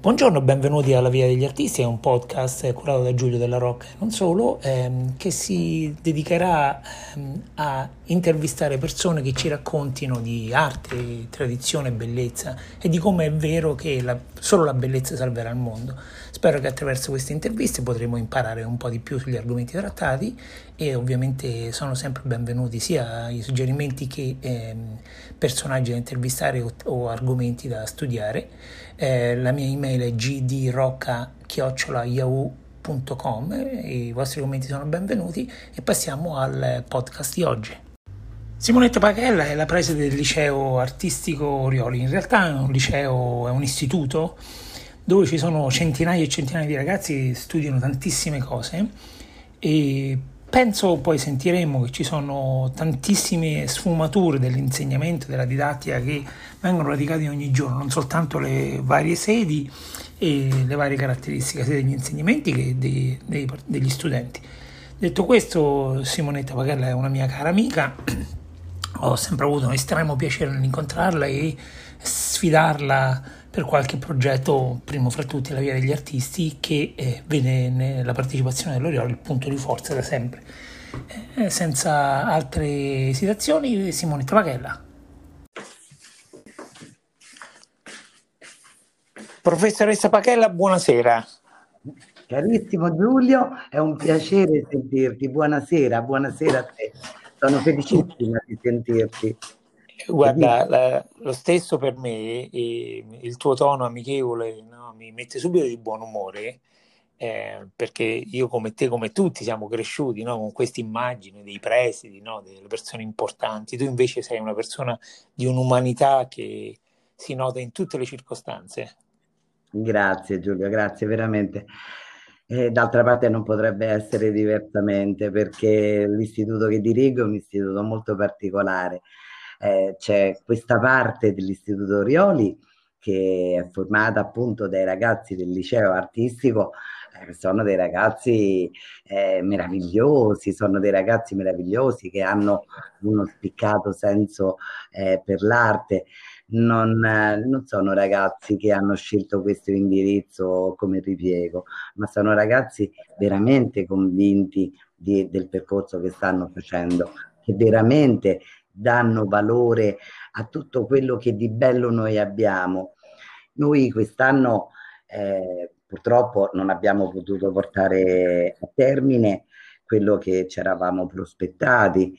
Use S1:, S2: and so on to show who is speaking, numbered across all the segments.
S1: Buongiorno, benvenuti alla Via degli Artisti, è un podcast curato da Giulio Della Rocca e non solo, che si dedicherà a intervistare persone che ci raccontino di arte, tradizione, bellezza e di come è vero che solo la bellezza salverà il mondo. Spero che attraverso queste interviste potremo imparare un po' di più sugli argomenti trattati e ovviamente sono sempre benvenuti sia i suggerimenti che personaggi da intervistare o argomenti da studiare. La mia email è gdrocca@yahoo.com, i vostri commenti sono benvenuti e passiamo al podcast di oggi. Simonetta Pachella è la preside del liceo artistico Orioli. In realtà è un liceo, è un istituto dove ci sono centinaia e centinaia di ragazzi che studiano tantissime cose e penso poi sentiremo che ci sono tantissime sfumature dell'insegnamento, della didattica che vengono radicate ogni giorno, non soltanto le varie sedi e le varie caratteristiche sia degli insegnamenti che degli studenti. Detto questo, Simonetta Pachella è una mia cara amica, ho sempre avuto un estremo piacere nell'incontrarla e sfidarla per qualche progetto, primo fra tutti la Via degli Artisti, che vede nella partecipazione dell'Orioli il punto di forza da sempre. Senza altre esitazioni, Simonetta Pachella. Professoressa Pachella, buonasera.
S2: Carissimo Giulio, è un piacere sentirti. Buonasera, buonasera a te. Sono felicissima di sentirti.
S1: Guarda, lo stesso per me, il tuo tono amichevole, no, mi mette subito di buon umore, perché io come te, come tutti, siamo cresciuti, no, con questa immagine dei presidi, no, delle persone importanti. Tu invece sei una persona di un'umanità che si nota in tutte le circostanze.
S2: Grazie Giulio, grazie veramente. D'altra parte non potrebbe essere diversamente perché l'istituto che dirigo è un istituto molto particolare. C'è questa parte dell'Istituto Orioli che è formata appunto dai ragazzi del liceo artistico, sono dei ragazzi meravigliosi, sono dei ragazzi meravigliosi che hanno uno spiccato senso per l'arte. Non sono ragazzi che hanno scelto questo indirizzo come ripiego, ma sono ragazzi veramente convinti del percorso che stanno facendo, che veramente danno valore a tutto quello che di bello noi abbiamo. Noi quest'anno purtroppo non abbiamo potuto portare a termine quello che ci eravamo prospettati,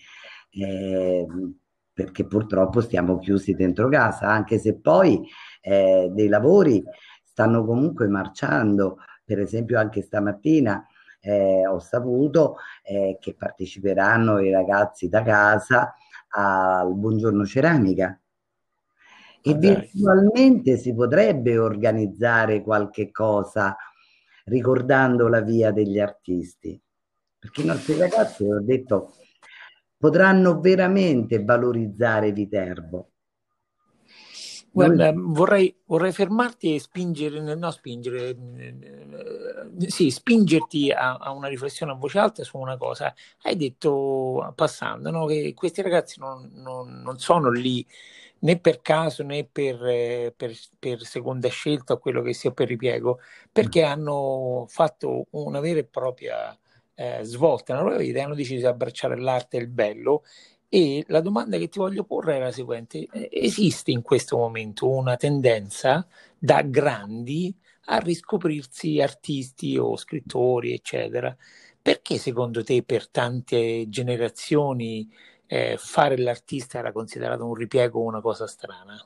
S2: perché purtroppo stiamo chiusi dentro casa, anche se poi dei lavori stanno comunque marciando. Per esempio anche stamattina ho saputo che parteciperanno i ragazzi da casa al Buongiorno Ceramica e virtualmente si potrebbe organizzare qualche cosa ricordando la Via degli Artisti, perché i nostri ragazzi, ho detto, potranno veramente valorizzare Viterbo.
S1: Guarda, vorrei fermarti e spingere, no, spingere, sì, spingerti a una riflessione a voce alta su una cosa. Hai detto, passando, no, che questi ragazzi non sono lì né per caso né per seconda scelta o quello che sia per ripiego, perché hanno fatto una vera e propria svolta nella loro vita e hanno deciso di abbracciare l'arte e il bello. E la domanda che ti voglio porre è la seguente: esiste in questo momento una tendenza da grandi a riscoprirsi artisti o scrittori, eccetera? Perché secondo te per tante generazioni fare l'artista era considerato un ripiego o una cosa strana?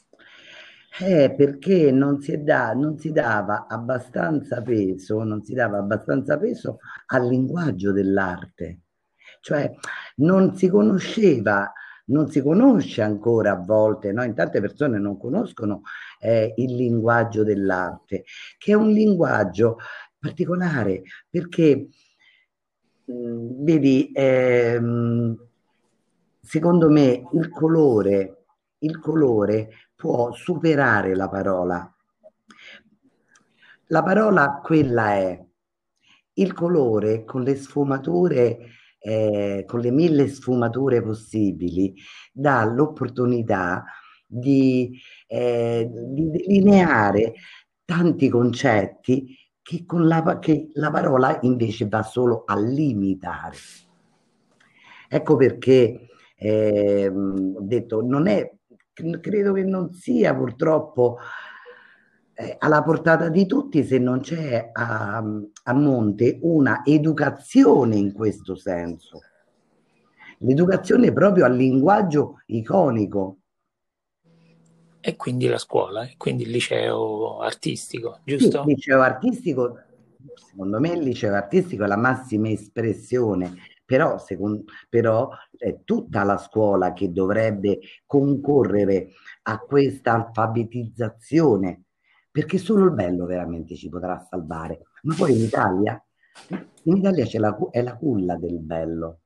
S2: Perché non si dava abbastanza peso, non si dava abbastanza peso al linguaggio dell'arte. Cioè non si conosceva, non si conosce ancora a volte, no? In tante persone non conoscono il linguaggio dell'arte, che è un linguaggio particolare, perché vedi, secondo me il colore può superare la parola. La parola quella è. Il colore con le sfumature, con le mille sfumature possibili, dà l'opportunità di delineare tanti concetti che la parola invece va solo a limitare. Ecco perché ho detto, credo che non sia purtroppo alla portata di tutti se non c'è a monte una educazione in questo senso. L'educazione proprio al linguaggio iconico.
S1: E quindi la scuola, e quindi il liceo artistico,
S2: Sì, il
S1: giusto?
S2: liceo artistico, secondo me il liceo artistico è la massima espressione, però è tutta la scuola che dovrebbe concorrere a questa alfabetizzazione, perché solo il bello veramente ci potrà salvare. Ma poi in Italia è la culla del bello.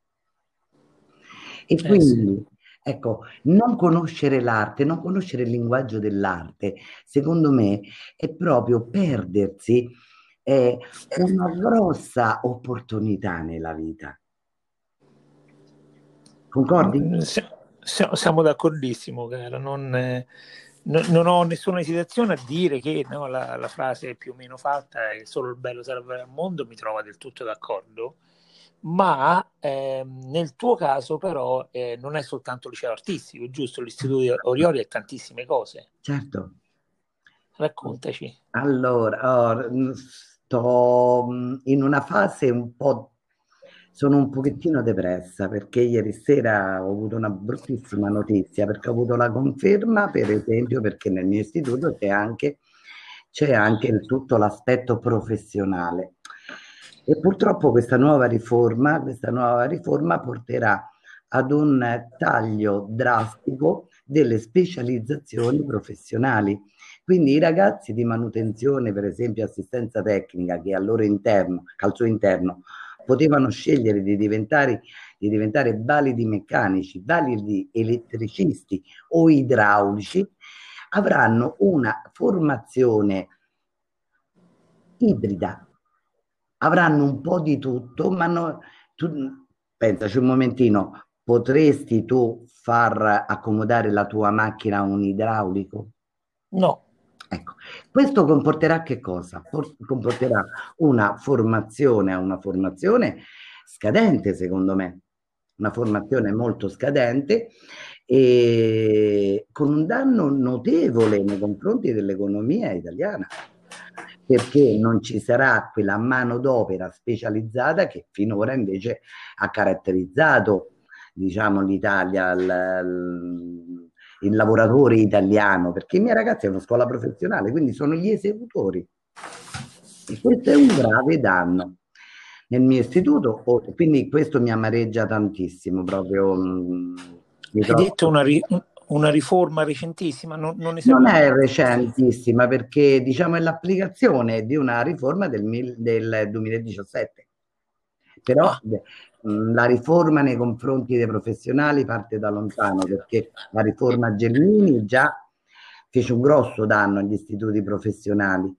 S2: E
S1: Sì.
S2: quindi, ecco, non conoscere l'arte, non conoscere il linguaggio dell'arte, secondo me, è proprio perdersi una grossa opportunità nella vita. Concordi?
S1: Siamo d'accordissimo, caro. Non ho nessuna esitazione a dire che no, la frase più o meno fatta è solo il bello salverà il mondo, mi trova del tutto d'accordo, ma nel tuo caso però non è soltanto il liceo artistico, giusto? L'Istituto di Orioli ha tantissime cose.
S2: Certo.
S1: Raccontaci.
S2: Allora, sto in una fase sono un pochettino depressa perché ieri sera ho avuto una bruttissima notizia perché ho avuto la conferma, per esempio, perché nel mio istituto c'è anche tutto l'aspetto professionale. E purtroppo questa nuova riforma porterà ad un taglio drastico delle specializzazioni professionali. Quindi i ragazzi di manutenzione, per esempio assistenza tecnica, che al suo interno potevano scegliere di diventare validi meccanici, validi elettricisti o idraulici, avranno una formazione ibrida, avranno un po' di tutto, ma tu pensaci un momentino, potresti tu far accomodare la tua macchina a un idraulico?
S1: No,
S2: Ecco, questo comporterà che cosa? Comporterà una formazione scadente, secondo me, una formazione molto scadente e con un danno notevole nei confronti dell'economia italiana, perché non ci sarà quella manodopera specializzata che finora invece ha caratterizzato, diciamo, l'Italia, il lavoratore italiano, perché i miei ragazzi hanno una scuola professionale, quindi sono gli esecutori. E questo è un grave danno. Nel mio istituto, quindi questo mi amareggia tantissimo, proprio mi
S1: hai
S2: trovo.
S1: detto una riforma recentissima, non ne
S2: Non
S1: sapevo
S2: è
S1: niente.
S2: recentissima perché diciamo è l'applicazione di una riforma del 2017, però
S1: Ah,
S2: la riforma nei confronti dei professionali parte da lontano perché la riforma Gelmini già fece un grosso danno agli istituti professionali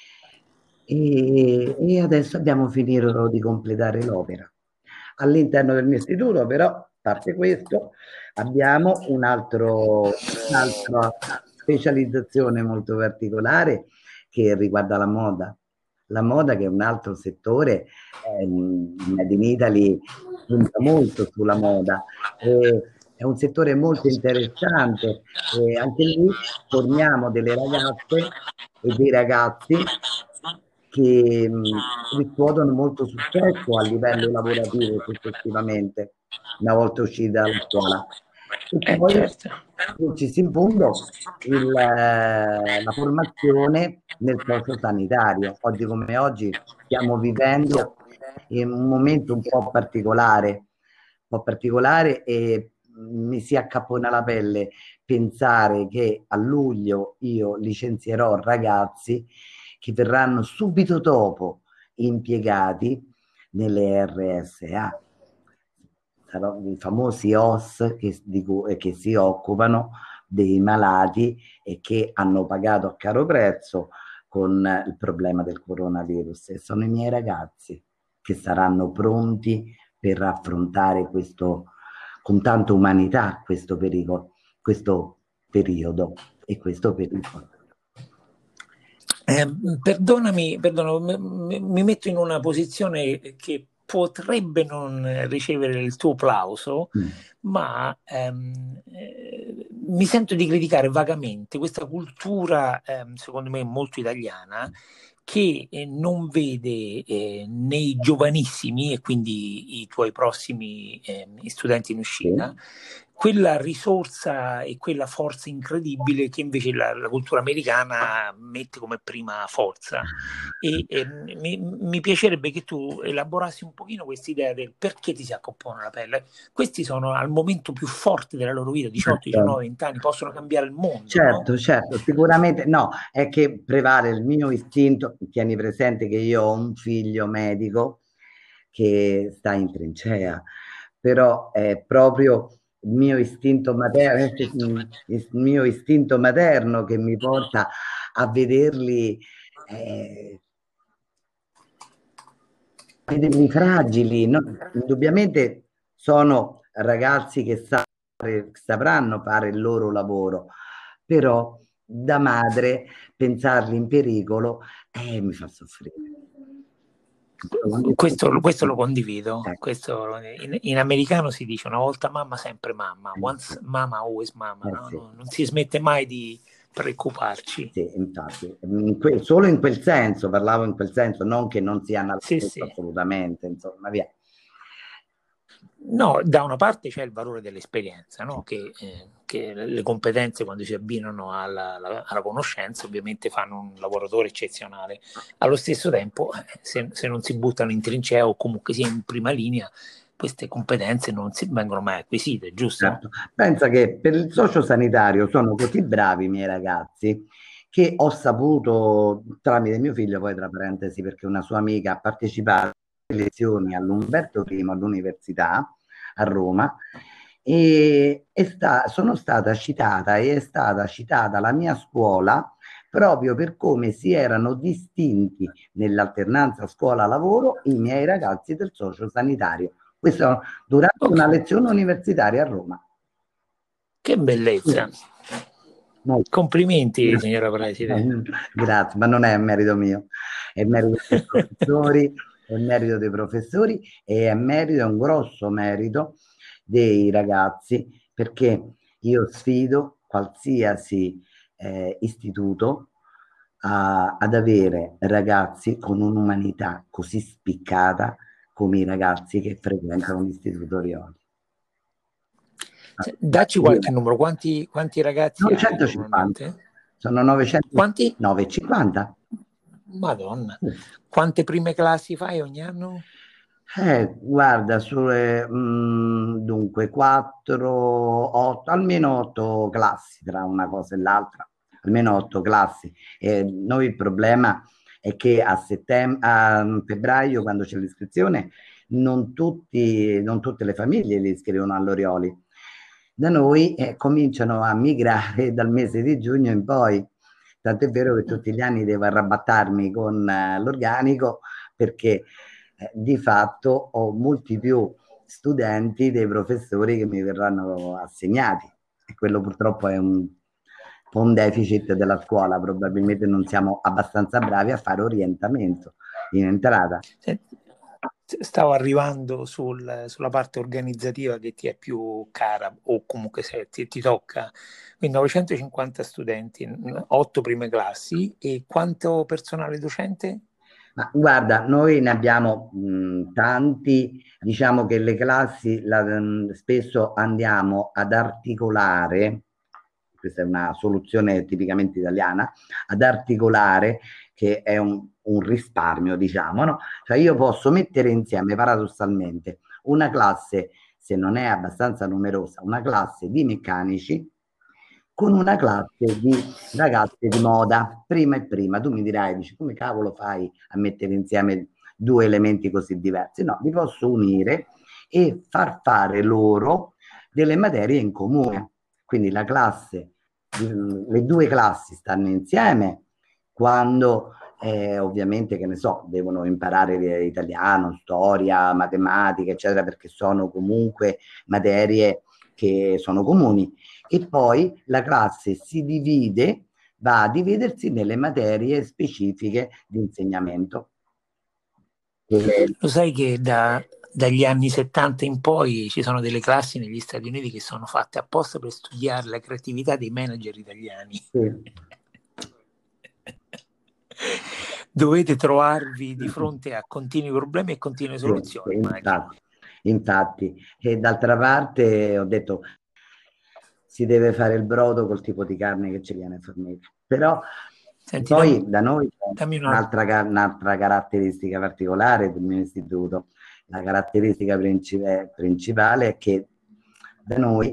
S2: e adesso abbiamo finito di completare l'opera. All'interno del mio istituto, però, a parte questo, abbiamo un'altra specializzazione molto particolare che riguarda la moda. La moda che è un altro settore, Made in Italy punta molto sulla moda, è un settore molto interessante e anche lì formiamo delle ragazze e dei ragazzi che riscuotono molto successo a livello lavorativo successivamente, una volta usciti dalla scuola. E poi
S1: certo.
S2: ci si impunto la formazione nel sociosanitario. Oggi come oggi stiamo vivendo in un momento un po' particolare e mi si accapona la pelle pensare che a luglio io licenzierò ragazzi che verranno subito dopo impiegati nelle RSA, i famosi OS che si occupano dei malati e che hanno pagato a caro prezzo con il problema del coronavirus. E sono i miei ragazzi che saranno pronti per affrontare con tanta umanità questo periodo e questo pericolo.
S1: mi metto in una posizione che potrebbe non ricevere il tuo plauso,
S2: Mm.
S1: ma mi sento di criticare vagamente questa cultura, secondo me molto italiana, che non vede nei giovanissimi, e quindi i tuoi prossimi studenti in
S2: Sì.
S1: uscita, quella risorsa e quella forza incredibile che invece la cultura americana mette come prima forza. Mi piacerebbe che tu elaborassi un pochino questa idea del perché ti si accoppona la pelle. Questi sono al momento più forte della loro vita, 18,
S2: Certo.
S1: 19, 20 anni, possono cambiare il mondo, no?
S2: Certo, certo, sicuramente no, è che prevale il mio istinto. Tieni presente che io ho un figlio medico che sta in trincea, però è proprio il mio istinto materno, il mio istinto materno che mi porta a eh, vederli fragili, no? Indubbiamente sono ragazzi che sapranno fare il loro lavoro, però da madre pensarli in pericolo mi fa soffrire.
S1: Questo lo condivido.
S2: Ecco,
S1: In americano si dice una volta mamma, sempre mamma. Once mama, always mama. No?
S2: sì.
S1: Non si smette mai di preoccuparci.
S2: Sì, infatti, solo in quel senso, parlavo in quel senso, non che non sia
S1: Sì,
S2: analfabeto
S1: sì.
S2: assolutamente, insomma, via.
S1: No, da una parte c'è il valore dell'esperienza, no? Che le competenze quando si abbinano alla conoscenza ovviamente fanno un lavoratore eccezionale. Allo stesso tempo, se non si buttano in trincea o comunque sia in prima linea, queste competenze non si vengono mai acquisite, giusto?
S2: Certo. Pensa che per il sociosanitario sono così bravi i miei ragazzi che ho saputo tramite mio figlio, poi tra parentesi, perché una sua amica ha partecipato alle lezioni all'Umberto I all'università a Roma sono stata citata e è stata citata la mia scuola proprio per come si erano distinti nell'alternanza scuola-lavoro i miei ragazzi del sociosanitario. Questo durante
S1: Ok,
S2: una lezione universitaria a Roma.
S1: che bellezza.
S2: Molto.
S1: Complimenti, signora Preside.
S2: Grazie, ma non è merito mio, è merito dei professori, è merito dei professori e è un grosso merito dei ragazzi, perché io sfido qualsiasi istituto ad avere ragazzi con un'umanità così spiccata come i ragazzi che frequentano l'Istituto Rioli.
S1: Dacci qualche numero, quanti ragazzi hai
S2: 950,
S1: normalmente?
S2: sono 900,
S1: Quanti?
S2: 950.
S1: Madonna, quante prime classi fai ogni anno?
S2: Guarda, dunque 4, 8, almeno 8 classi tra una cosa e l'altra, almeno 8 classi. Noi il problema è che a febbraio, quando c'è l'iscrizione, non tutte le famiglie li iscrivono all'Orioli. Da noi cominciano a migrare dal mese di giugno in poi. Tant'è vero che tutti gli anni devo arrabattarmi con l'organico perché di fatto ho molti più studenti dei professori che mi verranno assegnati e quello purtroppo è un po' un deficit della scuola, probabilmente non siamo abbastanza bravi a fare orientamento in entrata.
S1: Stavo arrivando sulla parte organizzativa che ti è più cara o comunque se ti tocca. Quindi 950 studenti, 8 prime classi e quanto personale docente?
S2: Ma guarda, noi ne abbiamo tanti, diciamo che le classi spesso andiamo ad articolare, questa è una soluzione tipicamente italiana, ad articolare che è un risparmio, diciamo, no? Cioè io posso mettere insieme paradossalmente una classe, se non è abbastanza numerosa, una classe di meccanici con una classe di ragazze di moda, prima e prima. Tu mi dirai, dici, come cavolo fai a mettere insieme due elementi così diversi? No, li posso unire e far fare loro delle materie in comune. Quindi le due classi stanno insieme quando ovviamente, che ne so, devono imparare italiano, storia, matematica, eccetera, perché sono comunque materie che sono comuni. E poi la classe si divide va a dividersi nelle materie specifiche di insegnamento.
S1: Lo sai che dagli anni 70 in poi ci sono delle classi negli Stati Uniti che sono fatte apposta per studiare la creatività dei manager italiani.
S2: Sì.
S1: Dovete trovarvi di fronte a continui problemi e continue soluzioni,
S2: Sì,
S1: immagino.
S2: infatti, e d'altra parte ho detto si deve fare il brodo col tipo di carne che ci viene fornito. Però
S1: Senti,
S2: poi da noi c'è
S1: dammi una...
S2: un'altra caratteristica particolare del mio istituto. La caratteristica principale è che da noi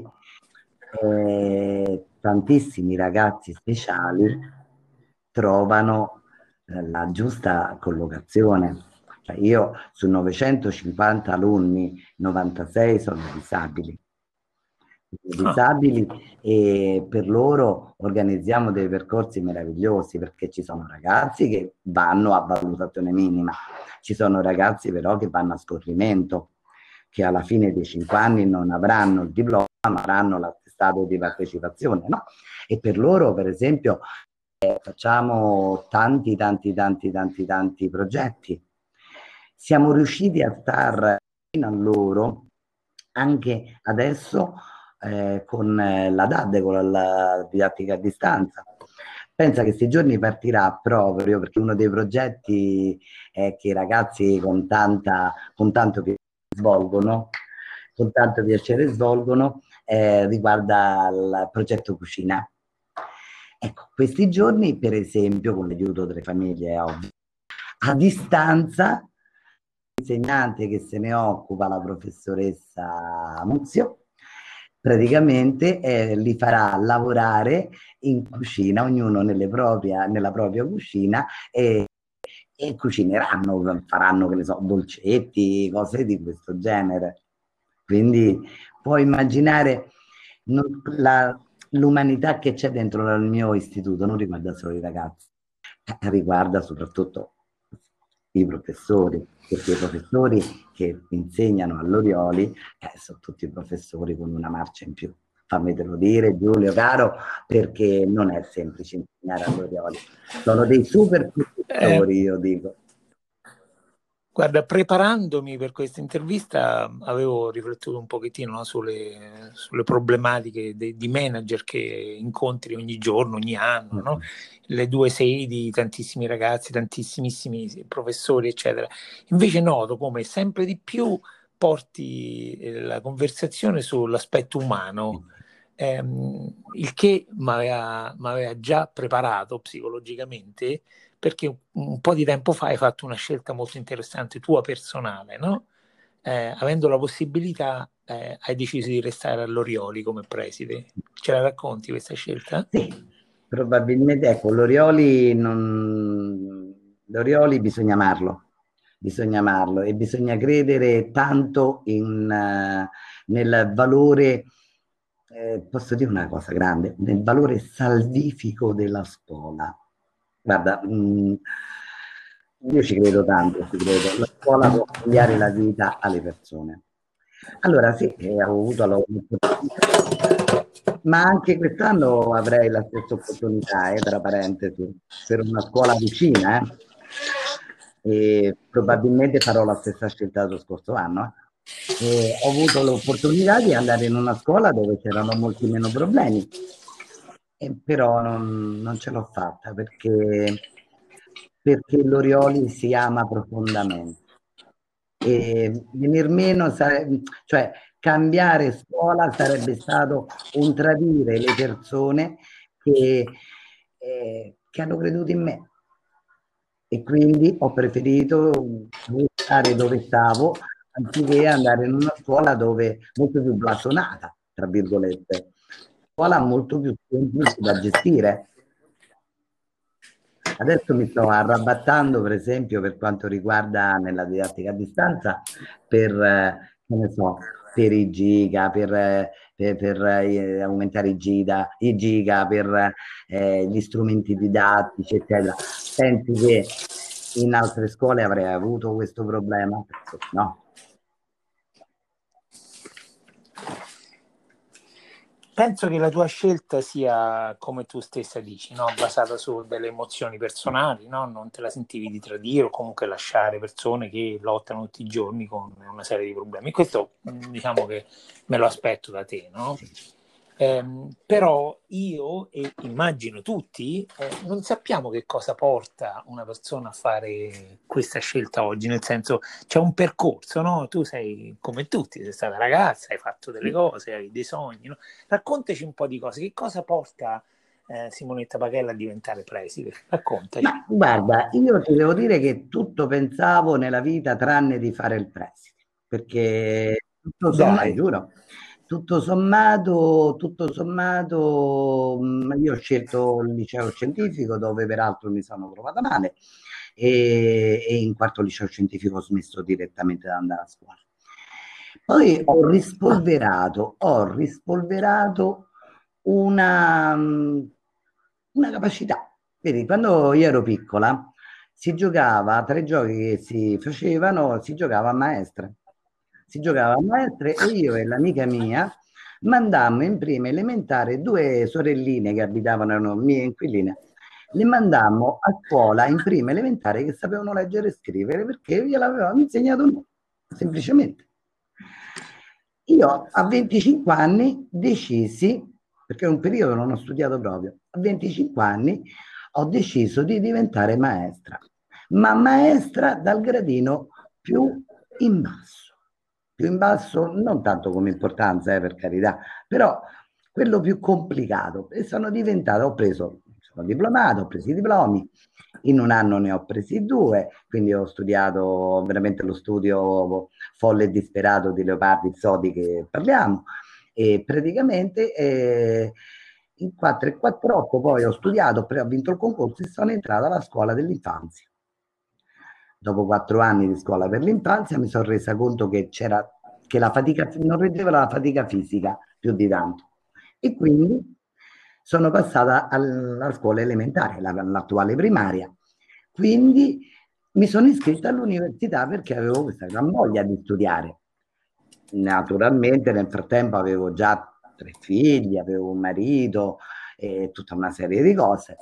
S2: tantissimi ragazzi speciali trovano la giusta collocazione. Cioè io su 950 alunni, 96 sono disabili. Disabili, e per loro organizziamo dei percorsi meravigliosi, perché ci sono ragazzi che vanno a valutazione minima, ci sono ragazzi però che vanno a scorrimento, che alla fine dei 5 anni non avranno il diploma ma avranno l'attestato di partecipazione, no? E per loro, per esempio, facciamo tanti progetti. Siamo riusciti a star fino a loro anche adesso con la DAD, con la didattica a distanza. Pensa che questi giorni partirà proprio perché uno dei progetti che i ragazzi con tanto piacere svolgono, riguarda il progetto cucina. Ecco, questi giorni, per esempio, con l'aiuto delle famiglie, ovvio, a distanza, l'insegnante che se ne occupa, la professoressa Muzio, praticamente li farà lavorare in cucina, ognuno nella propria cucina, e cucineranno, faranno, che ne so, dolcetti, cose di questo genere. Quindi puoi immaginare l'umanità che c'è dentro il mio istituto, non riguarda solo i ragazzi, riguarda soprattutto i professori, perché i professori che insegnano all'Orioli sono tutti professori con una marcia in più. Fammitelo dire, Giulio caro, perché non è semplice insegnare all'Orioli. Sono dei super professori, io dico.
S1: Guarda, preparandomi per questa intervista avevo riflettuto un pochettino, no, sulle problematiche di manager che incontri ogni giorno, ogni anno, no? Le due sedi, tantissimi ragazzi, tantissimissimi professori, eccetera. Invece noto come sempre di più porti la conversazione sull'aspetto umano, il che mi aveva già preparato psicologicamente, perché un po' di tempo fa hai fatto una scelta molto interessante tua personale, no? Avendo la possibilità, hai deciso di restare all'Orioli come preside. Ce la racconti questa scelta?
S2: Sì, probabilmente, ecco, l'Orioli bisogna amarlo e bisogna credere tanto nel valore, posso dire una cosa grande, nel valore salvifico della scuola. Guarda, io ci credo tanto, la scuola può cambiare la vita alle persone. Allora sì, ho avuto l'opportunità, ma anche quest'anno avrei la stessa opportunità, tra parentesi, per una scuola vicina, e probabilmente farò la stessa scelta dello scorso anno. E ho avuto l'opportunità di andare in una scuola dove c'erano molti meno problemi, però non ce l'ho fatta perché l'Orioli si ama profondamente. E venir meno, cioè cambiare scuola sarebbe stato un tradire le persone che hanno creduto in me, e quindi ho preferito restare dove stavo anziché andare in una scuola dove molto più blasonata, tra virgolette, scuola molto più semplice da gestire. Adesso mi sto arrabattando, per esempio, per quanto riguarda nella didattica a distanza, che ne so, per i giga, per aumentare i giga, per gli strumenti didattici, eccetera. Pensi che in altre scuole avrei avuto questo problema? No.
S1: penso che la tua scelta sia, come tu stessa dici, no? Basata su delle emozioni personali, no? Non te la sentivi di tradire o comunque lasciare persone che lottano tutti i giorni con una serie di problemi. Questo diciamo che me lo aspetto da te, no? Però io e immagino tutti non sappiamo che cosa porta una persona a fare questa scelta oggi, nel senso c'è un percorso, no? Tu sei come tutti, sei stata ragazza, hai fatto delle cose, hai dei sogni, no? Raccontaci un po' di cose, che cosa porta Simonetta Pachella a diventare preside? Raccontaci.
S2: Ma guarda, io ti devo dire che tutto pensavo nella vita tranne di fare il preside, perché
S1: Dai,
S2: giuro, tutto sommato, io ho scelto il liceo scientifico dove peraltro mi sono trovata male e in quarto liceo scientifico ho smesso direttamente da andare a scuola. Poi ho rispolverato una, una capacità. Vedi, quando io ero piccola si giocava, tra i giochi che si facevano, si giocava a maestre. Si giocava a maestre e io e l'amica mia mandammo in prima elementare due sorelline che abitavano, erano mie inquiline, le mandammo a scuola in prima elementare che sapevano leggere e scrivere perché gliel'avevamo insegnato noi, semplicemente. Io a 25 anni decisi, perché un periodo non ho studiato proprio, a 25 anni ho deciso di diventare maestra, ma maestra dal gradino più in basso non tanto come importanza, per carità, però quello più complicato. E sono diventato, sono diplomato, ho preso i diplomi, in un anno ne ho presi due, quindi ho studiato veramente lo studio folle e disperato di Leopardi Zodi che parliamo, e praticamente in 4 e 4-8 poi ho studiato, ho vinto il concorso e sono entrato alla scuola dell'infanzia. Dopo 4 anni di scuola per l'infanzia mi sono resa conto che la fatica non reggeva la fatica fisica più di tanto. E quindi sono passata alla scuola elementare, l'attuale primaria. Quindi mi sono iscritta all'università perché avevo questa gran voglia di studiare. Naturalmente nel frattempo avevo già 3 figli, avevo un marito e tutta una serie di cose.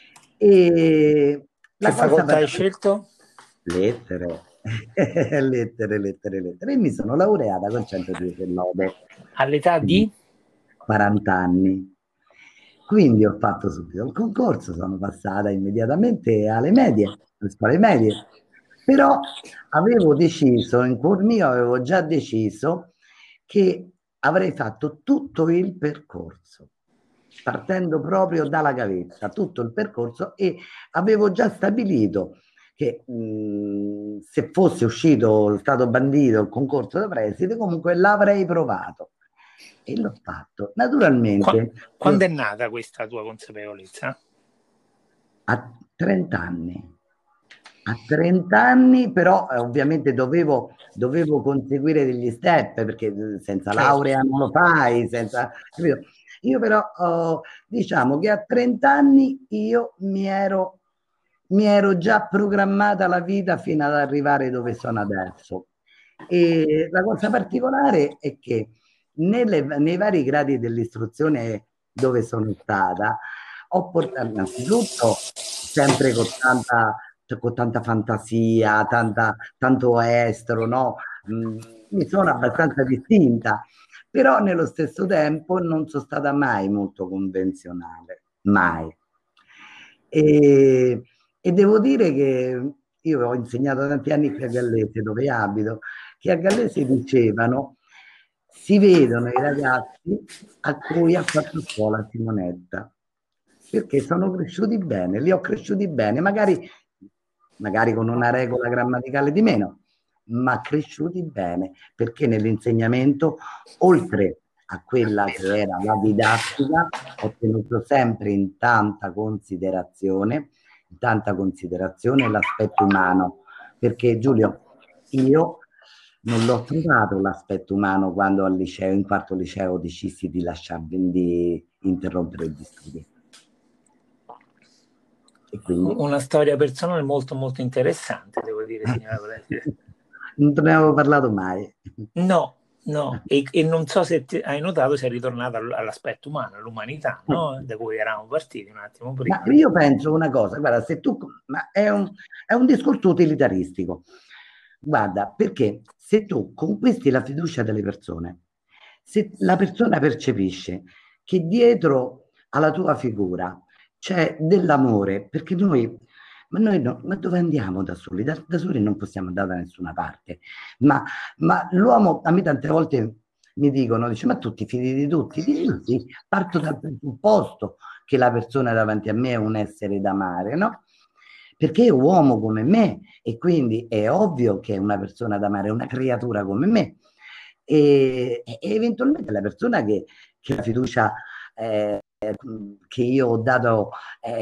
S2: E
S1: che
S2: la cosa
S1: facoltà hai
S2: veramente
S1: scelto?
S2: lettere, lettere. E mi sono laureata con 110 lode,
S1: All'età
S2: quindi
S1: di?
S2: 40 anni. Quindi ho fatto subito il concorso, sono passata immediatamente alle medie, alle scuole medie. Però avevo deciso, in cuor mio avevo già deciso che avrei fatto tutto il percorso, partendo proprio dalla gavetta, tutto il percorso e avevo già stabilito che se fosse uscito, stato bandito il concorso da preside, comunque l'avrei provato. E l'ho fatto.
S1: Qua-
S2: Naturalmente,
S1: Quando è nata questa tua consapevolezza?
S2: a 30 anni. A 30 anni, però ovviamente dovevo conseguire degli step perché senza
S1: Certo.
S2: laurea non lo fai, capito? Io però diciamo che a 30 anni io mi ero già programmata la vita fino ad arrivare dove sono adesso. E la cosa particolare è che nei vari gradi dell'istruzione dove sono stata, ho portato innanzitutto sempre con tanta fantasia, tanto estero, no? Mi sono abbastanza distinta, però nello stesso tempo non sono stata mai molto convenzionale, mai. E, e devo dire che io ho insegnato tanti anni qui a Gallese, dove abito, che a Gallese dicevano si vedono i ragazzi a cui ha fatto scuola Simonetta, perché sono cresciuti bene, li ho cresciuti bene, magari con una regola grammaticale di meno, ma cresciuti bene, perché nell'insegnamento, oltre a quella che era la didattica, ho tenuto sempre in tanta considerazione l'aspetto umano, perché Giulio, io non l'ho trovato l'aspetto umano quando al liceo, in quarto liceo, decisi di lasciarmi di interrompere gli studi. E quindi
S1: Una storia personale molto interessante, devo dire, signora Preside.
S2: non te ne avevo parlato mai.
S1: No, No, e non so se hai notato, sei ritornato all'aspetto umano, all'umanità, no? Da cui eravamo partiti un attimo
S2: Ma
S1: prima.
S2: io penso una cosa, guarda, se tu, ma è un discorso utilitaristico. Guarda, perché se tu conquisti la fiducia delle persone, se la persona percepisce che dietro alla tua figura c'è dell'amore, perché noi ma dove andiamo da soli? Da soli non possiamo andare da nessuna parte. Ma, ma l'uomo, a me tante volte mi dicono, dice, ma tu ti fidi di tutti? Dico, sì, parto dal presupposto che la persona davanti a me è un essere da amare, no? Perché è un uomo come me e quindi è ovvio che è una persona da amare, è una creatura come me. E eventualmente la persona che la fiducia che io ho dato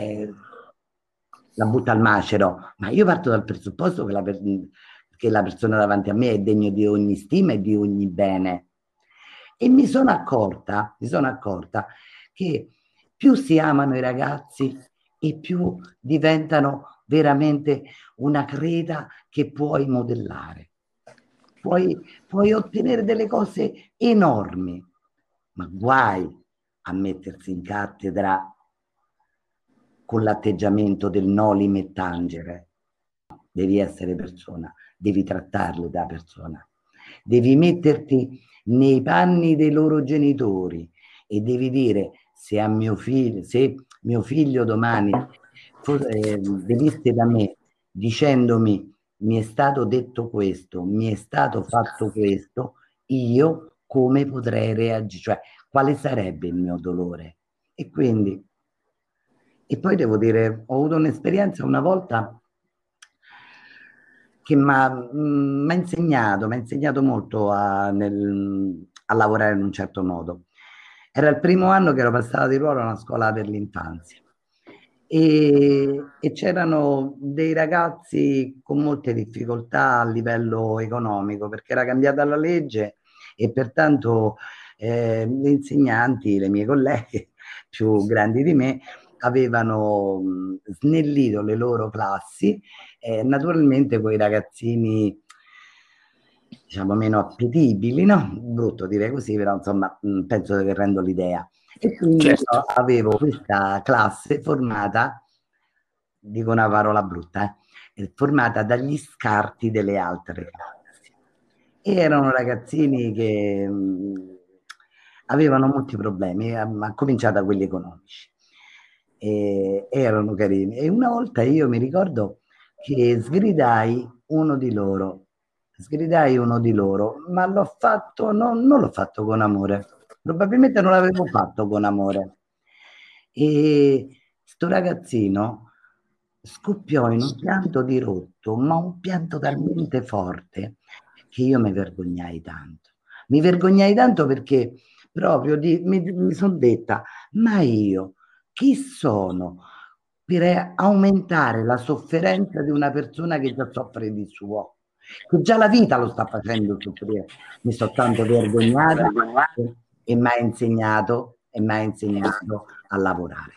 S2: la butta al macero, ma io parto dal presupposto che la persona davanti a me è degno di ogni stima e di ogni bene. E mi sono accorta che più si amano i ragazzi e più diventano veramente una creta che puoi modellare. Puoi ottenere delle cose enormi, ma guai a mettersi in cattedra con l'atteggiamento del noli me tangere. Devi essere persona, devi trattarli da persona, devi metterti nei panni dei loro genitori e devi dire se mio figlio domani venisse da me dicendomi mi è stato detto questo, mi è stato fatto questo, io come potrei reagire, cioè quale sarebbe il mio dolore? E quindi, e poi devo dire, ho avuto un'esperienza una volta che mi ha insegnato molto a lavorare in un certo modo. Era il primo anno che ero passata di ruolo a una scuola per l'infanzia e c'erano dei ragazzi con molte difficoltà a livello economico perché era cambiata la legge e pertanto le insegnanti, le mie colleghe più grandi di me, avevano snellito le loro classi. Naturalmente quei ragazzini, diciamo, meno appetibili, no? Brutto dire così, però insomma, penso che rendo l'idea. E quindi io
S1: Certo.
S2: avevo questa classe formata, dico una parola brutta, formata dagli scarti delle altre classi. E erano ragazzini che avevano molti problemi, a cominciare da quelli economici. E erano carini. E una volta io mi ricordo che sgridai uno di loro, ma l'ho fatto, non l'ho fatto con amore, probabilmente non l'avevo fatto con amore. E sto ragazzino scoppiò in un pianto dirotto, ma un pianto talmente forte che io mi vergognai tanto. Mi vergognai tanto perché proprio mi sono detta, ma io chi sono per aumentare la sofferenza di una persona che già soffre di suo? Che già la vita lo sta facendo soffrire. Mi sto tanto vergognata e e mi ha insegnato a lavorare.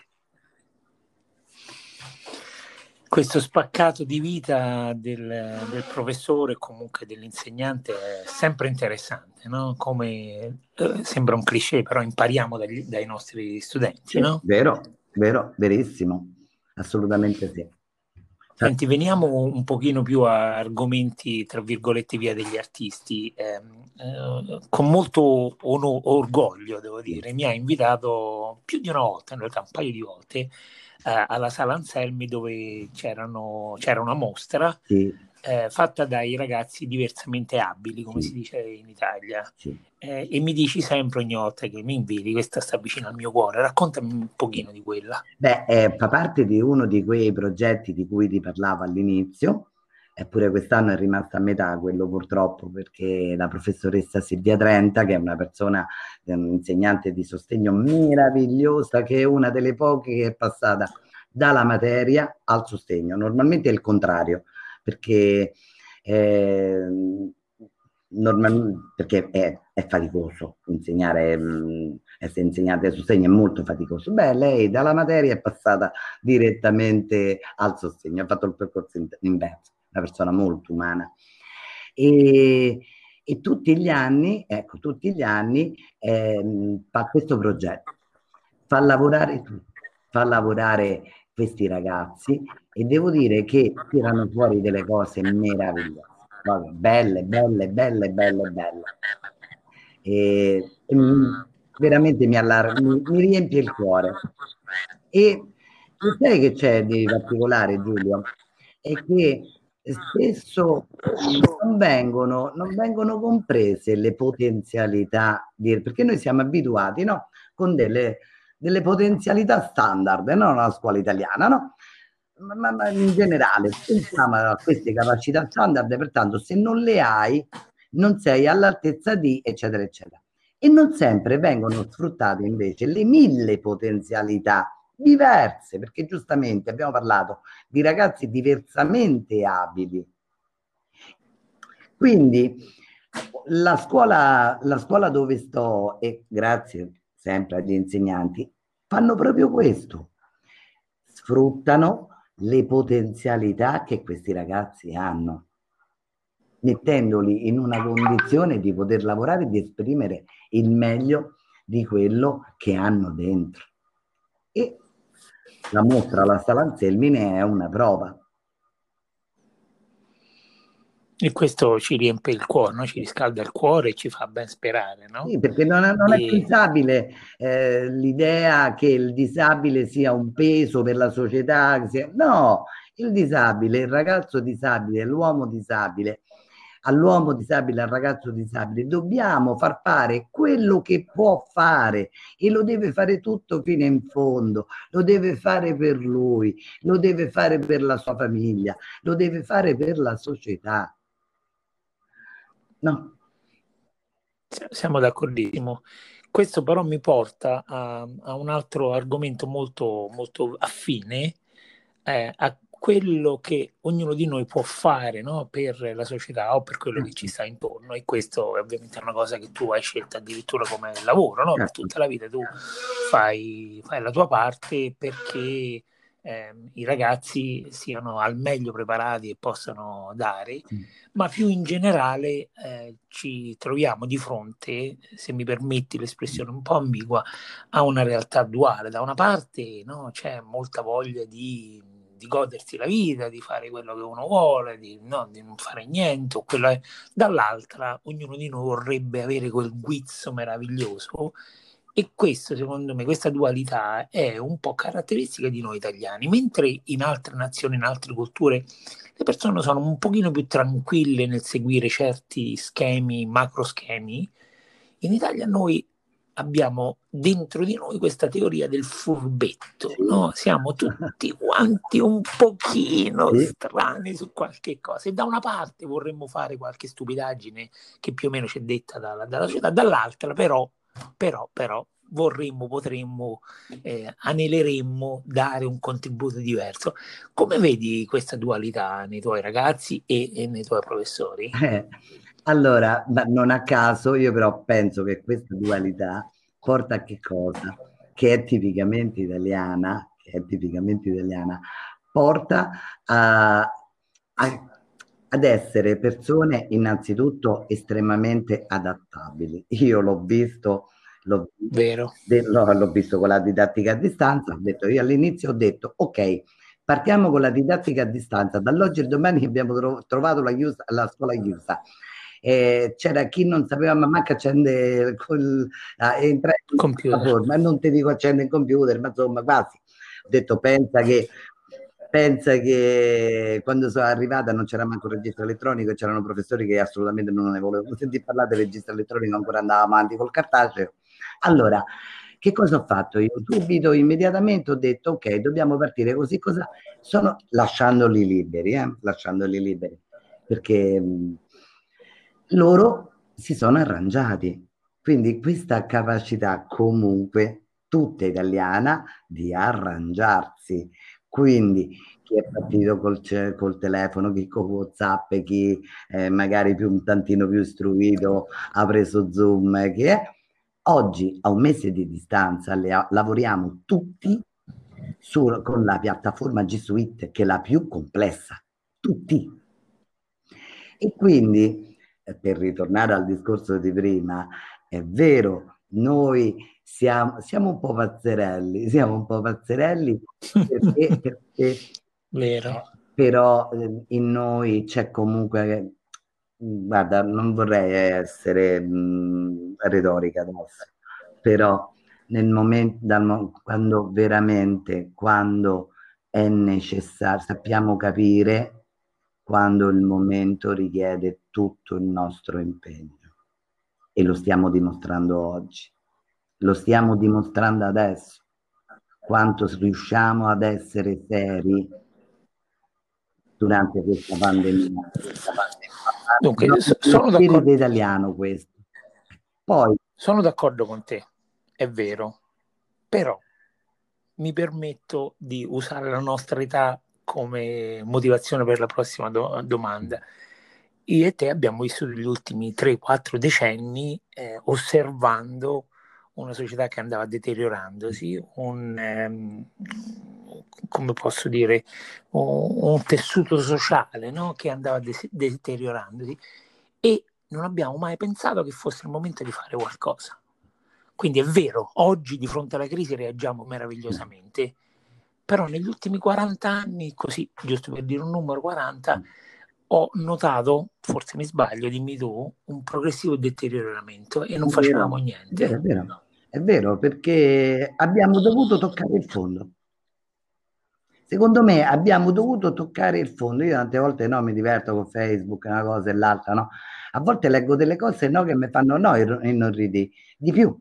S1: Questo spaccato di vita del professore e comunque dell'insegnante è sempre interessante, no? Come sembra un cliché, però impariamo dai nostri studenti,
S2: Sì,
S1: no?
S2: vero, vero, verissimo, assolutamente sì.
S1: Senti, veniamo un pochino più a argomenti, tra virgolette, via degli artisti. Con molto orgoglio, devo dire, mi ha invitato più di una volta, in realtà un paio di volte, alla Sala Anselmi dove c'era una mostra
S2: Sì,
S1: fatta dai ragazzi diversamente abili, come si
S2: sì,
S1: dice in Italia.
S2: sì.
S1: E mi dici sempre ogni volta che mi inviti, questa sta vicino al mio cuore, raccontami un pochino di quella.
S2: Beh, fa parte di uno di quei progetti di cui ti parlavo all'inizio, eppure quest'anno è rimasto a metà quello purtroppo perché la professoressa Silvia Trenta, che è una persona, un'insegnante di sostegno meravigliosa, che è una delle poche che è passata dalla materia al sostegno. Normalmente è il contrario, perché, eh, perché è faticoso insegnare, essere insegnante a sostegno è molto faticoso. Beh, lei dalla materia è passata direttamente al sostegno, ha fatto il percorso inverso, una persona molto umana. E, e tutti gli anni fa questo progetto, fa lavorare tutti, fa lavorare questi ragazzi e devo dire che tirano fuori delle cose meravigliose, proprio belle, belle, belle, belle, belle. Veramente mi riempie il cuore. E sai che c'è di particolare, Giulio? È che spesso non vengono comprese le potenzialità, perché noi siamo abituati, no? Con delle potenzialità standard, non alla scuola italiana, no? Ma in generale, pensiamo a queste capacità standard, pertanto se non le hai, non sei all'altezza di, eccetera, eccetera. E non sempre vengono sfruttate invece le mille potenzialità diverse, perché giustamente abbiamo parlato di ragazzi diversamente abili. Quindi la scuola dove sto, e grazie sempre agli insegnanti, fanno proprio questo, sfruttano le potenzialità che questi ragazzi hanno, mettendoli in una condizione di poter lavorare e di esprimere il meglio di quello che hanno dentro. E la mostra alla Sala Anselmine è una prova.
S1: E questo ci riempie il cuore, no? Ci riscalda il cuore e ci fa ben sperare, no?
S2: Sì, perché non è pensabile l'idea che il disabile sia un peso per la società. No, il disabile, il ragazzo disabile, l'uomo disabile, all'uomo disabile, al ragazzo disabile, dobbiamo far fare quello che può fare e lo deve fare tutto fino in fondo, lo deve fare per lui, lo deve fare per la sua famiglia, lo deve fare per la società. No.
S1: Siamo d'accordissimo. Questo però mi porta a un altro argomento molto, molto affine, a quello che ognuno di noi può fare, no? Per la società o per quello che ci sta intorno. E questo è ovviamente una cosa che tu hai scelto addirittura come lavoro, no? Per tutta la vita tu fai la tua parte perché i ragazzi siano al meglio preparati e possano dare, ma più in generale ci troviamo di fronte, se mi permetti l'espressione un po' ambigua, a una realtà duale. Da una parte, no, c'è molta voglia di godersi la vita, di fare quello che uno vuole, di non fare niente, dall'altra ognuno di noi vorrebbe avere quel guizzo meraviglioso. E questo, secondo me, questa dualità è un po' caratteristica di noi italiani, mentre in altre nazioni, in altre culture, le persone sono un pochino più tranquille nel seguire certi schemi, macro schemi. In Italia noi abbiamo dentro di noi questa teoria del furbetto, no? Siamo tutti quanti un pochino strani su qualche cosa e da una parte vorremmo fare qualche stupidaggine che più o meno ci è detta dalla società, dall'altra però potremmo, aneleremmo dare un contributo diverso. Come vedi questa dualità nei tuoi ragazzi e nei tuoi professori?
S2: Allora, non a caso, io però penso che questa dualità porta a che cosa? Che è tipicamente italiana, porta ad essere persone innanzitutto estremamente adattabili. Io l'ho visto,
S1: Vero.
S2: l'ho visto con la didattica a distanza, io all'inizio ho detto, ok, partiamo con la didattica a distanza, dall'oggi al domani abbiamo trovato la scuola chiusa. C'era chi non sapeva ma manco accendere entrare in piattaforma, non ti dico accendere il computer, ma insomma quasi. Ho detto pensa che quando sono arrivata non c'era manco il registro elettronico e c'erano professori che assolutamente non ne volevano sentire parlare del registro elettronico, ancora andava avanti col cartaceo. Allora, che cosa ho fatto? Io subito, immediatamente ho detto ok, dobbiamo partire così, lasciandoli liberi, perché loro si sono arrangiati. Quindi questa capacità comunque tutta italiana di arrangiarsi. Quindi chi è partito col telefono, chi con WhatsApp, chi magari un tantino più istruito ha preso Zoom, che è. Oggi, a un mese di distanza, lavoriamo tutti con la piattaforma G Suite, che è la più complessa. Tutti. E quindi per ritornare al discorso di prima, è vero, noi siamo un po' pazzerelli, perché
S1: Vero.
S2: però in noi c'è comunque, guarda, non vorrei essere retorica adesso, però nel momento, quando veramente, quando è necessario, sappiamo capire quando il momento richiede tutto il nostro impegno e lo stiamo dimostrando oggi, lo stiamo dimostrando adesso, quanto riusciamo ad essere seri durante questa pandemia.
S1: Dunque,
S2: Lo spirito italiano questo. Poi,
S1: sono d'accordo con te, è vero, però mi permetto di usare la nostra età come motivazione per la prossima domanda. Io e te abbiamo vissuto gli ultimi 3-4 decenni osservando una società che andava deteriorandosi, come posso dire, un tessuto sociale, no? Che andava deteriorandosi e non abbiamo mai pensato che fosse il momento di fare qualcosa. Quindi è vero, oggi di fronte alla crisi reagiamo meravigliosamente, però negli ultimi 40 anni, così giusto per dire un numero 40, ho notato, forse mi sbaglio, dimmi tu, un progressivo deterioramento e non
S2: è vero,
S1: facevamo
S2: è
S1: niente.
S2: vero, è vero, è vero, perché abbiamo dovuto toccare il fondo. Secondo me abbiamo dovuto toccare il fondo. Io tante volte no, mi diverto con Facebook, una cosa e l'altra, no? A volte leggo delle cose no, che mi fanno no, inorridire di più.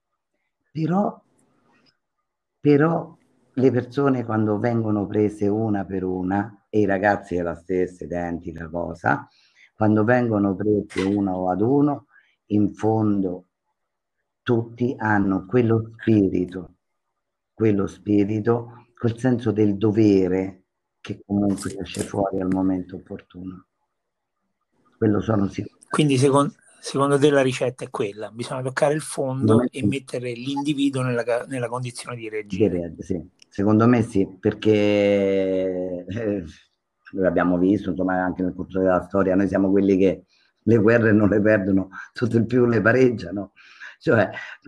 S2: Però le persone quando vengono prese una per una, e i ragazzi è la stessa identica cosa, quando vengono prese uno ad uno, in fondo tutti hanno quello spirito, quel senso del dovere che comunque esce fuori al momento opportuno. Quello sono sicuro.
S1: Quindi secondo te la ricetta è quella, bisogna toccare il fondo e mettere l'individuo nella condizione di reagire.
S2: Sì. Secondo me sì, perché noi abbiamo visto, insomma, anche nel corso della storia, noi siamo quelli che le guerre non le perdono, tutto il più le pareggiano, cioè,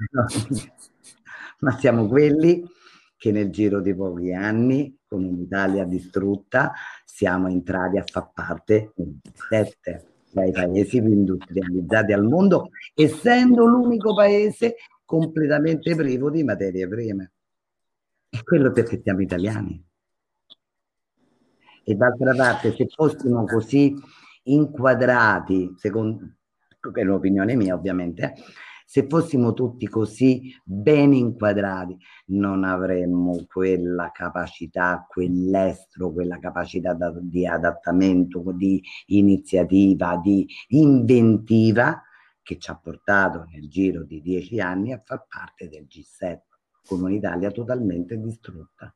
S2: ma siamo quelli che nel giro di pochi anni, con un'Italia distrutta, siamo entrati a far parte del G7, tra i paesi più industrializzati al mondo, essendo l'unico paese completamente privo di materie prime. E quello perché siamo italiani. E d'altra parte, se fossimo così inquadrati, secondo, è un'opinione mia ovviamente, se fossimo tutti così ben inquadrati, non avremmo quella capacità, quell'estro, quella capacità di adattamento, di iniziativa, di inventiva che ci ha portato nel giro di 10 anni a far parte del G7, con un'Italia totalmente distrutta.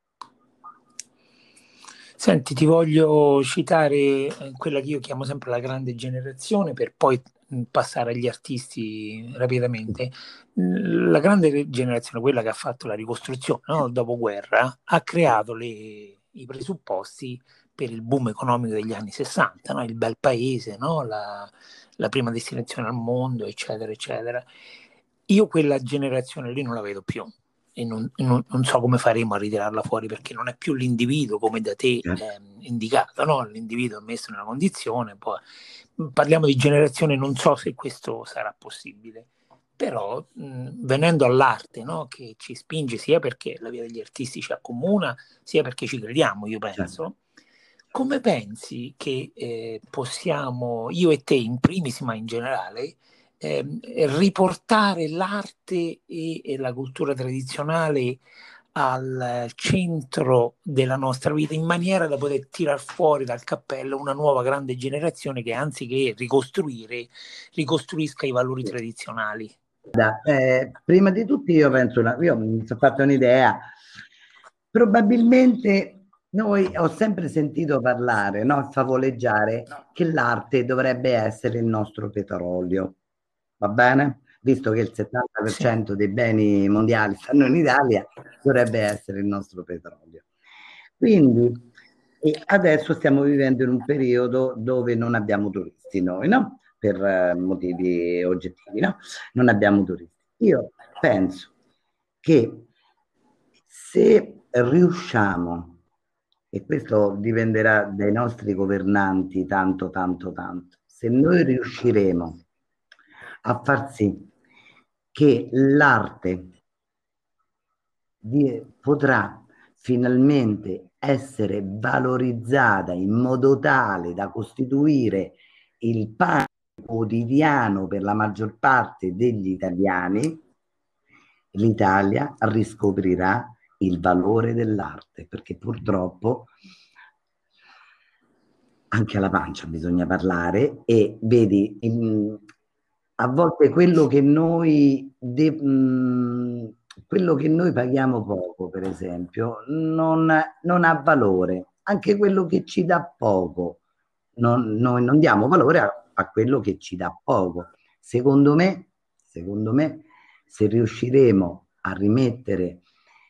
S1: Senti, ti voglio citare quella che io chiamo sempre la grande generazione per poi passare agli artisti rapidamente. La grande generazione, quella che ha fatto la ricostruzione, no? Il dopoguerra, ha creato i presupposti per il boom economico degli anni 60, no? Il bel paese, no? La prima destinazione al mondo, eccetera, eccetera. Io quella generazione lì non la vedo più e non so come faremo a ritirarla fuori perché non è più l'individuo come da te indicato, no? L'individuo è messo nella condizione, poi parliamo di generazione, non so se questo sarà possibile, però venendo all'arte, no? Che ci spinge sia perché la via degli artisti ci accomuna, sia perché ci crediamo, io penso. Come pensi che possiamo, io e te in primis, ma in generale, riportare l'arte e la cultura tradizionale al centro della nostra vita in maniera da poter tirar fuori dal cappello una nuova grande generazione che anziché ricostruire, ricostruisca i valori tradizionali?
S2: Prima di tutto io penso, io mi sono fatto un'idea, probabilmente noi ho sempre sentito parlare, no, favoleggiare che l'arte dovrebbe essere il nostro petrolio, va bene? Visto che il 70% dei beni mondiali stanno in Italia, dovrebbe essere il nostro petrolio. Quindi adesso stiamo vivendo in un periodo dove non abbiamo turisti noi, no? per motivi oggettivi, no? Non abbiamo turisti. Io penso che se riusciamo, e questo dipenderà dai nostri governanti tanto, tanto, tanto, se noi riusciremo a far sì che l'arte potrà finalmente essere valorizzata in modo tale da costituire il pane quotidiano per la maggior parte degli italiani, l'Italia riscoprirà il valore dell'arte, perché purtroppo anche alla pancia bisogna parlare e vedi, a volte quello che noi paghiamo poco, per esempio, non ha valore. Anche quello che ci dà poco, noi non diamo valore a quello che ci dà poco. Secondo me, se riusciremo a rimettere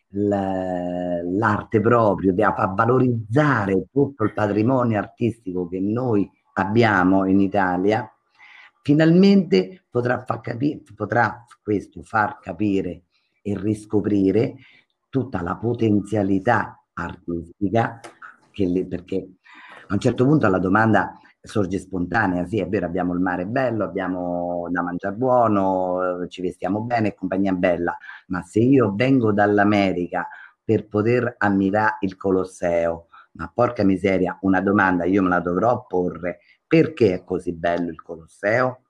S2: l'arte proprio, a valorizzare tutto il patrimonio artistico che noi abbiamo in Italia, finalmente potrà questo far capire e riscoprire tutta la potenzialità artistica, perché a un certo punto la domanda sorge spontanea, sì è vero abbiamo il mare bello, abbiamo da mangiare buono, ci vestiamo bene, compagnia bella, ma se io vengo dall'America per poter ammirare il Colosseo, ma porca miseria, una domanda io me la dovrò porre, perché è così bello il Colosseo?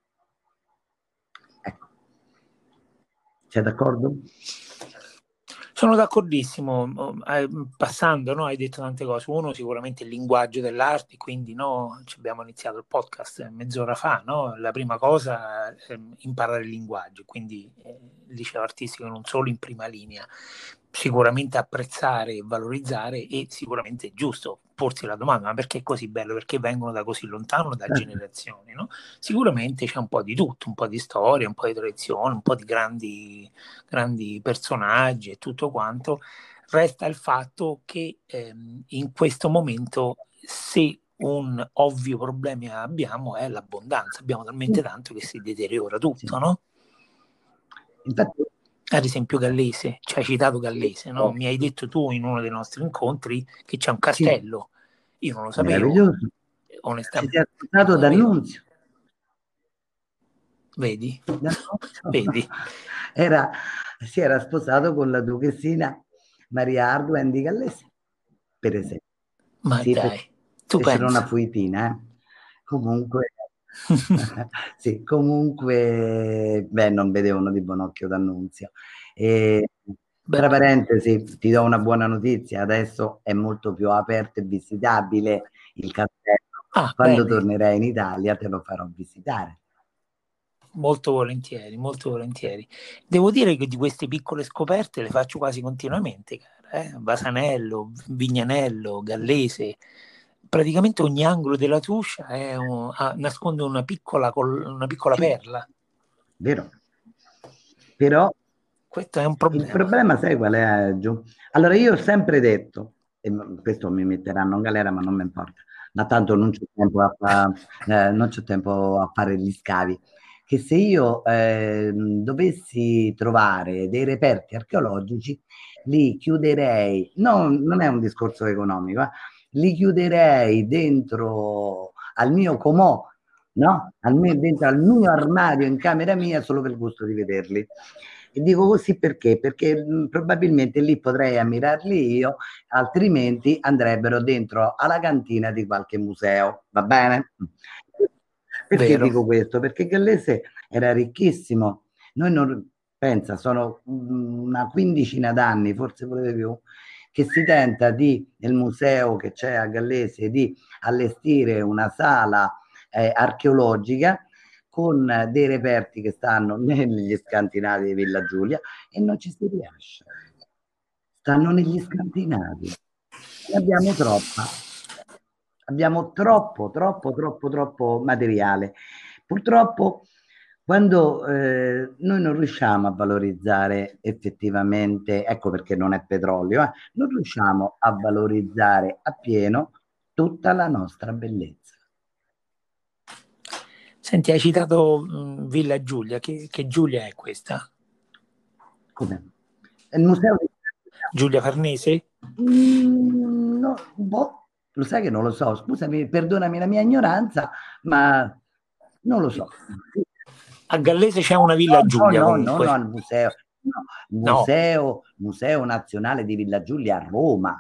S2: Ecco, sei d'accordo?
S1: Sono d'accordissimo, passando, no, hai detto tante cose. Uno sicuramente il linguaggio dell'arte, quindi no, abbiamo iniziato il podcast mezz'ora fa, no? La prima cosa è imparare il linguaggio, quindi il liceo artistico non solo in prima linea, sicuramente apprezzare e valorizzare e sicuramente è giusto porsi la domanda, ma perché è così bello? Perché vengono da così lontano, da generazioni, no? Sicuramente c'è un po' di tutto, un po' di storia, un po' di tradizione, un po' di grandi personaggi e tutto quanto. Resta il fatto che in questo momento, se un ovvio problema abbiamo, è l'abbondanza. Abbiamo talmente tanto che si deteriora tutto,
S2: Sì.
S1: no?
S2: Infatti,
S1: Ad esempio Gallese, ci hai citato Gallese, no? Mi hai detto tu in uno dei nostri incontri che c'è un
S2: sì,
S1: castello. Io non lo sapevo,
S2: meraviglioso. Ci si è
S1: onestamente non
S2: sposato
S1: lo sapevo.
S2: D'Annunzio.
S1: Vedi?
S2: D'Annunzio
S1: Vedi?
S2: si era sposato con la duchessina Maria Arduen di Gallese, per esempio.
S1: Ma
S2: Sì,
S1: dai, tu
S2: fecero una
S1: pensa.
S2: fuitina, eh. Comunque, sì, comunque, beh, non vedevano di buon occhio D'Annunzio. E,
S1: Beh,
S2: tra parentesi, ti do una buona notizia, adesso è molto più aperto e visitabile il castello. Quando
S1: bene.
S2: tornerai in Italia te lo farò visitare.
S1: Molto volentieri, molto volentieri. Devo dire che di queste piccole scoperte le faccio quasi continuamente, cara, eh? Basanello, Vignanello, Gallese, praticamente ogni angolo della Tuscia nasconde una piccola
S2: Sì,
S1: perla.
S2: vero. Però
S1: Questo è un
S2: il
S1: problema.
S2: problema, sai qual è, Giù? Allora, io ho sempre detto, e questo mi metteranno in galera, ma non mi importa, ma tanto non c'ho tempo non c'ho tempo a fare gli scavi, che se io dovessi trovare dei reperti archeologici, li chiuderei, no, non è un discorso economico, li chiuderei dentro al mio comò, no? Dentro al mio armadio in camera mia solo per il gusto di vederli. E dico così perché? Perché probabilmente lì potrei ammirarli io, altrimenti andrebbero dentro alla cantina di qualche museo, va bene? Perché
S1: Vero?
S2: dico questo? Perché Gallese era ricchissimo. Noi non, pensa, sono una quindicina d'anni, forse pure di più, che si tenta nel museo che c'è a Gallese di allestire una sala archeologica con dei reperti che stanno negli scantinati di Villa Giulia e non ci si riesce. Stanno negli scantinati. Ne abbiamo troppa. Abbiamo troppo materiale. Purtroppo, quando noi non riusciamo a valorizzare effettivamente, ecco perché non è petrolio, non riusciamo a valorizzare appieno tutta la nostra bellezza.
S1: Senti, hai citato Villa Giulia, che Giulia è questa?
S2: Come? Il museo di...
S1: Giulia Farnese?
S2: No, boh, lo sai che non lo so, scusami, perdonami la mia ignoranza, ma non lo so.
S1: A Gallese c'è una Villa
S2: No,
S1: Giulia
S2: no, no, no,
S1: comunque.
S2: al museo, no,
S1: No.
S2: Museo Nazionale di Villa Giulia a Roma.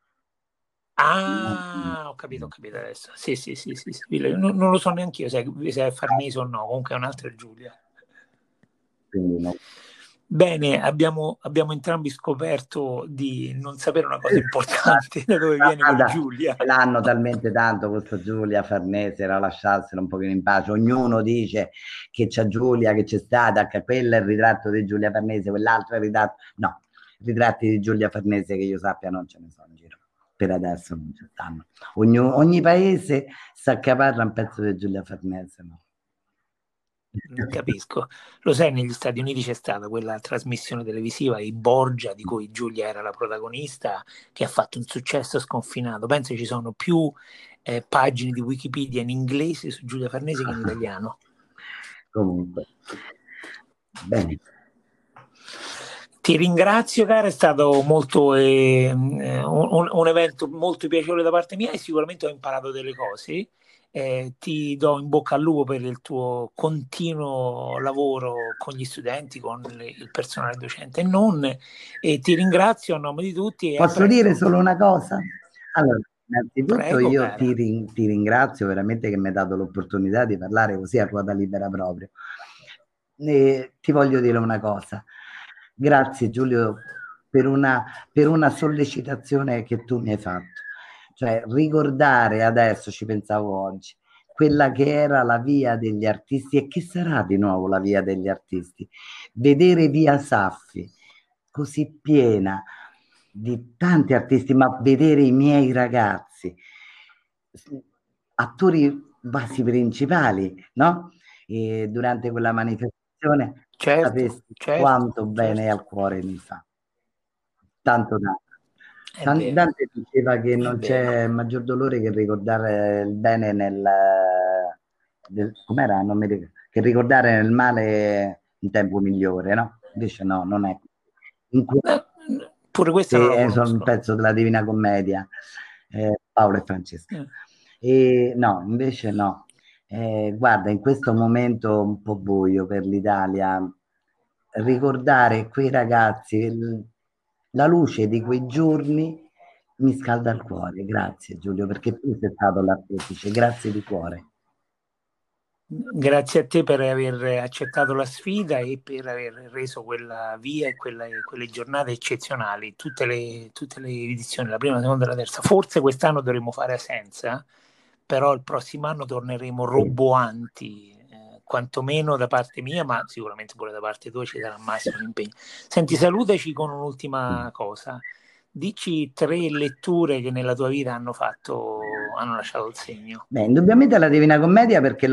S1: Ah, ho capito adesso. Sì, sì, sì, sì, sì. Non lo so neanche io se è Farnese o no, comunque è un'altra Giulia.
S2: Quindi no.
S1: Bene, abbiamo entrambi scoperto di non sapere una cosa importante, da dove viene quel
S2: Guarda,
S1: Giulia.
S2: ce l'hanno talmente tanto questo Giulia Farnese, la lasciassero un pochino in pace. Ognuno dice che c'è Giulia, che c'è stata, che quello è il ritratto di Giulia Farnese, quell'altro è il ritratto. No, ritratti di Giulia Farnese che io sappia non ce ne sono in giro. Per adesso non ci stanno. Ogni paese sa accaparra un pezzo di Giulia Farnese, no?
S1: Capisco. Lo sai, negli Stati Uniti c'è stata quella trasmissione televisiva, I Borgia, di cui Giulia era la protagonista, che ha fatto un successo sconfinato. Penso ci sono più pagine di Wikipedia in inglese su Giulia Farnese che in italiano.
S2: Comunque, bene.
S1: Ti ringrazio, cara, è stato molto un evento molto piacevole da parte mia e sicuramente ho imparato delle cose. Ti do in bocca al lupo per il tuo continuo lavoro con gli studenti, con il personale docente e non, e ti ringrazio a nome di tutti e a
S2: Posso
S1: presto.
S2: dire solo una cosa? Allora, innanzitutto
S1: Prego,
S2: io
S1: cara.
S2: ti ringrazio veramente che mi hai dato l'opportunità di parlare così a ruota libera proprio. E ti voglio dire una cosa. Grazie Giulio per una sollecitazione che tu mi hai fatto. Cioè ricordare adesso, ci pensavo oggi, quella che era la via degli artisti e che sarà di nuovo la via degli artisti. Vedere via Saffi così piena di tanti artisti, ma vedere i miei ragazzi, attori basi principali, no? E durante quella manifestazione,
S1: Certo,
S2: sapessi
S1: certo,
S2: quanto bene
S1: certo.
S2: al cuore mi fa. Tanto tanto.
S1: È vero,
S2: Dante diceva che
S1: è
S2: non
S1: vero.
S2: c'è maggior dolore che ricordare il bene com'era? Non mi ricordo, che ricordare nel male un tempo migliore, no? Invece no, non è. In
S1: Eh, Pure questa non la
S2: sono un
S1: conosco.
S2: pezzo della Divina Commedia, Paolo e Francesca.
S1: Eh.
S2: E no, invece no. Guarda, in questo momento un po' buio per l'Italia, ricordare quei ragazzi, la luce di quei giorni mi scalda il cuore. Grazie Giulio, perché tu sei stato l'artefice, grazie di cuore.
S1: Grazie a te per aver accettato la sfida e per aver reso quella via e quelle giornate eccezionali, tutte le edizioni, la prima, la seconda e la terza. Forse quest'anno dovremo fare senza, però il prossimo anno torneremo
S2: Sì.
S1: roboanti, quantomeno da parte mia, ma sicuramente pure da parte tua ci sarà massimo impegno. Senti, salutaci con un'ultima cosa. Dici 3 letture che nella tua vita hanno lasciato il segno.
S2: Beh, indubbiamente la Divina Commedia perché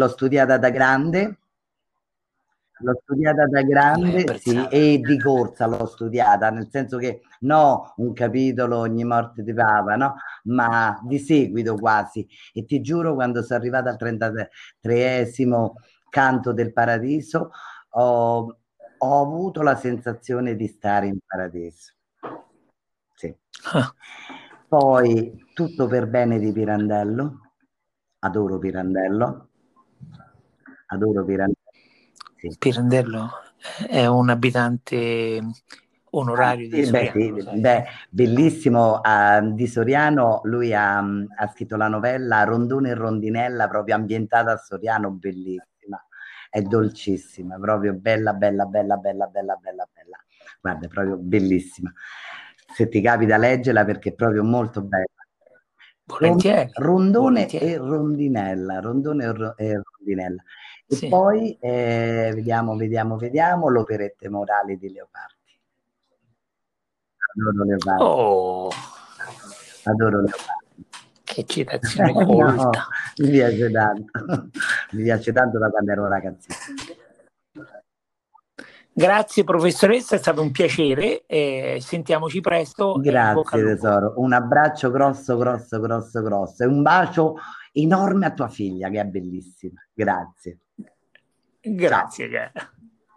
S2: l'ho studiata da
S1: L'hai
S2: grande, sì,
S1: apprezzata.
S2: e di corsa l'ho studiata, nel senso che no un capitolo ogni morte di Papa, no? Ma di seguito quasi. E ti giuro, quando sono arrivata al 33esimo canto del Paradiso, ho avuto la sensazione di stare in paradiso. Sì.
S1: Ah.
S2: Poi Tutto per bene di Pirandello, adoro Pirandello, adoro Pirandello. Sì.
S1: Pirandello è un abitante onorario di
S2: Sì, beh,
S1: Soriano,
S2: sì,
S1: lo sai,
S2: beh, bellissimo. Di Soriano, lui ha scritto la novella Rondone e Rondinella, proprio ambientata a Soriano, bellissima. È dolcissima, proprio bella, bella, bella, bella, bella, bella, bella. Guarda, è proprio bellissima. Se ti capita, leggela perché è proprio molto bella.
S1: volentieri,
S2: Rondone e
S1: volentieri.
S2: Rondinella, e Rondinella. E
S1: Sì.
S2: poi vediamo l'operette morali di Leopardi. Adoro Leopardi.
S1: Oh,
S2: Adoro Leopardi.
S1: che citazione
S2: No,
S1: colta.
S2: mi piace tanto. Mi piace tanto da quando ero ragazzino.
S1: Grazie professoressa, è stato un piacere. Sentiamoci presto e in bocca
S2: Grazie
S1: al lupo.
S2: tesoro. Un abbraccio grosso, grosso, grosso, grosso e un bacio enorme a tua figlia, che è bellissima. Grazie.
S1: Grazie, cara.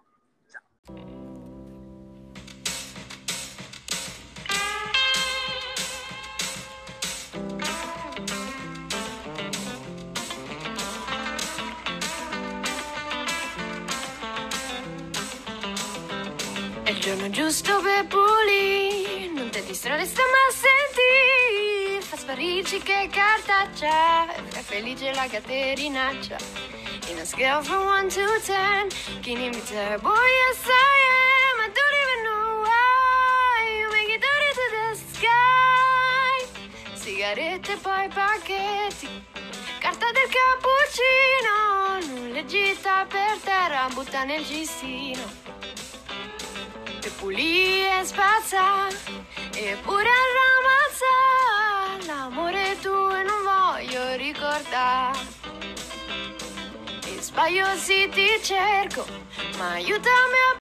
S3: È il giorno giusto per pulire, non ti distrarre, sta ma senti, fa sparirci che cartaccia, è felice la caterinaccia. In a scale from 1 to 10, can you be there? Boy, yes I am, I don't even know why, you make it dirty to the sky. Sigarette e poi pacchetti, carta del cappuccino, non le gita per terra, butta nel cestino. E pulì e spazza, eppure ramazza, l'amore tuo e non voglio ricordare. E sbaglio sì ti cerco, ma aiutami a